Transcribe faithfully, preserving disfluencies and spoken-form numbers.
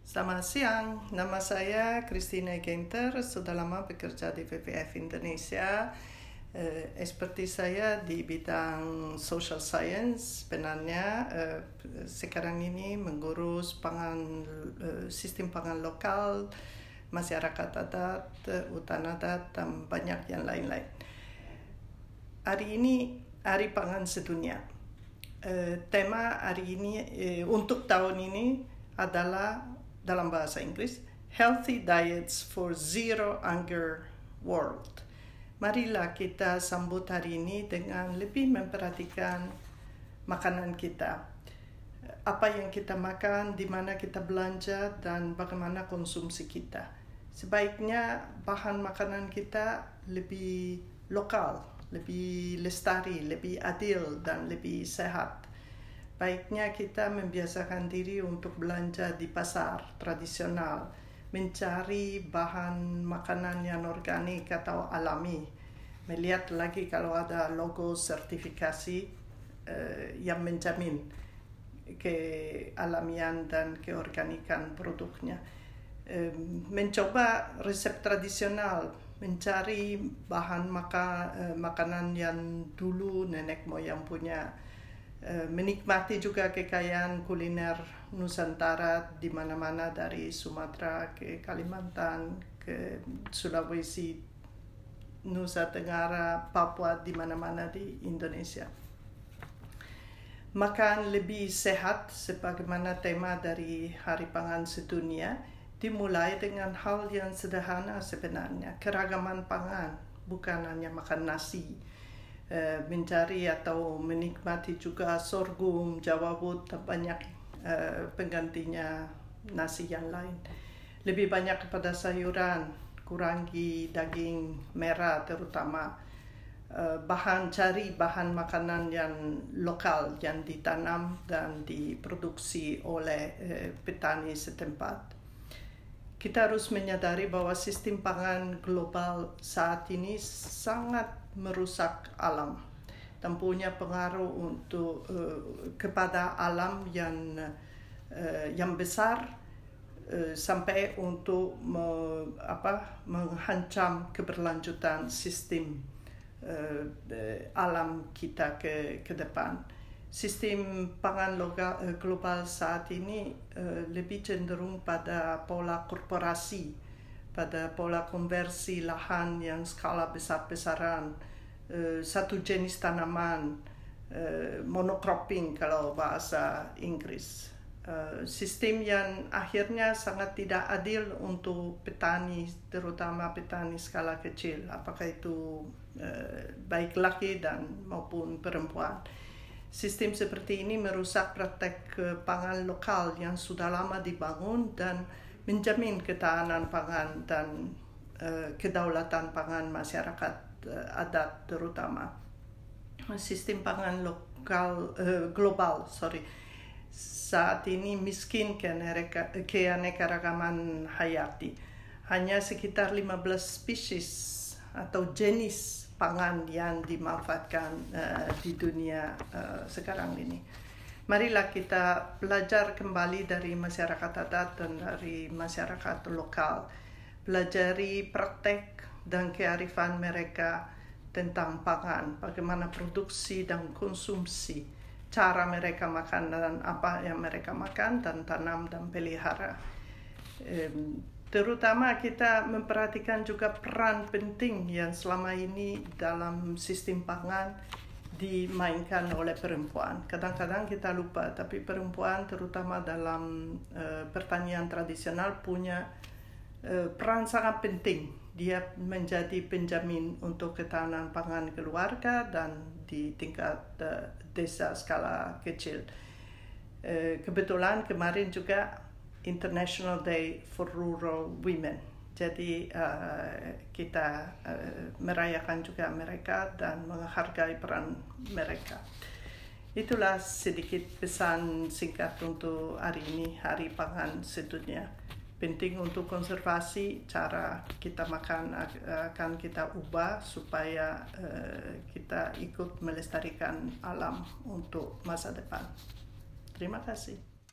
Selamat siang, nama saya Christina Genter, sudah lama bekerja di W W F Indonesia. Eh, Ekspertis saya di bidang social science, sebenarnya eh, sekarang ini mengurus pangan, eh, sistem pangan lokal, masyarakat adat, hutan adat, dan banyak yang lain-lain. Hari ini Hari Pangan Sedunia. Eh, tema hari ini eh, untuk tahun ini adalah dalam bahasa Inggris, Healthy Diets for Zero Hunger World. Marilah kita sambut hari ini dengan lebih memperhatikan makanan kita. Apa yang kita makan, di mana kita belanja, dan bagaimana konsumsi kita. Sebaiknya bahan makanan kita lebih lokal, lebih lestari, lebih adil, dan lebih sehat. Baiknya kita membiasakan diri untuk belanja di pasar tradisional, mencari bahan makanan yang organik atau alami, melihat lagi kalau ada logo sertifikasi eh, yang menjamin kealamian dan keorganikan produknya. Eh, mencoba resep tradisional, mencari bahan maka, eh, makanan yang dulu nenek moyang punya. Menikmati juga kekayaan kuliner Nusantara di mana-mana dari Sumatera ke Kalimantan, ke Sulawesi, Nusa Tenggara, Papua, di mana-mana di Indonesia. Makan lebih sehat sebagaimana tema dari Hari Pangan Sedunia dimulai dengan hal yang sederhana sebenarnya, keragaman pangan, bukan hanya makan nasi. Uh, mencari atau menikmati juga sorghum, jawabut, dan banyak uh, penggantinya nasi yang lain. Lebih banyak kepada sayuran, kurangi daging merah terutama. Uh, bahan cari bahan makanan yang lokal yang ditanam dan diproduksi oleh uh, petani setempat. Kita harus menyadari bahwa sistem pangan global saat ini sangat merusak alam dan punya pengaruh untuk uh, kepada alam yang uh, yang besar uh, sampai untuk me, apa, menghancam keberlanjutan sistem uh, alam kita ke ke depan. Sistem pangan loga, uh, global saat ini uh, lebih cenderung pada pola korporasi, pada pola konversi lahan yang skala besar-besaran, uh, satu jenis tanaman, uh, monocropping kalau bahasa Inggris. Uh, sistem yang akhirnya sangat tidak adil untuk petani, terutama petani skala kecil, apakah itu uh, baik laki dan maupun perempuan. Sistem seperti ini merusak praktek pangan lokal yang sudah lama dibangun dan menjamin ketahanan pangan dan uh, kedaulatan pangan masyarakat uh, adat terutama. Sistem pangan lokal uh, global, sorry, saat ini miskin keanekaragaman hayati. Hanya sekitar lima belas spesies atau jenis pangan yang dimanfaatkan uh, di dunia uh, sekarang ini. Marilah kita belajar kembali dari masyarakat adat dan dari masyarakat lokal, pelajari praktek dan kearifan mereka tentang pangan, bagaimana produksi dan konsumsi, cara mereka makan dan apa yang mereka makan, dan tanam dan pelihara. Um, Terutama kita memperhatikan juga peran penting yang selama ini dalam sistem pangan dimainkan oleh perempuan. Kadang-kadang kita lupa, tapi perempuan terutama dalam uh, pertanian tradisional punya uh, peran sangat penting. Dia menjadi penjamin untuk ketahanan pangan keluarga dan di tingkat uh, desa skala kecil. Uh, kebetulan kemarin juga International Day for Rural Women. Jadi uh, kita uh, merayakan juga mereka dan menghargai peran mereka. Itulah sedikit pesan singkat untuk hari ini, Hari Pangan Sedunia. Penting untuk konservasi, cara kita makan akan kita ubah supaya uh, kita ikut melestarikan alam untuk masa depan. Terima kasih.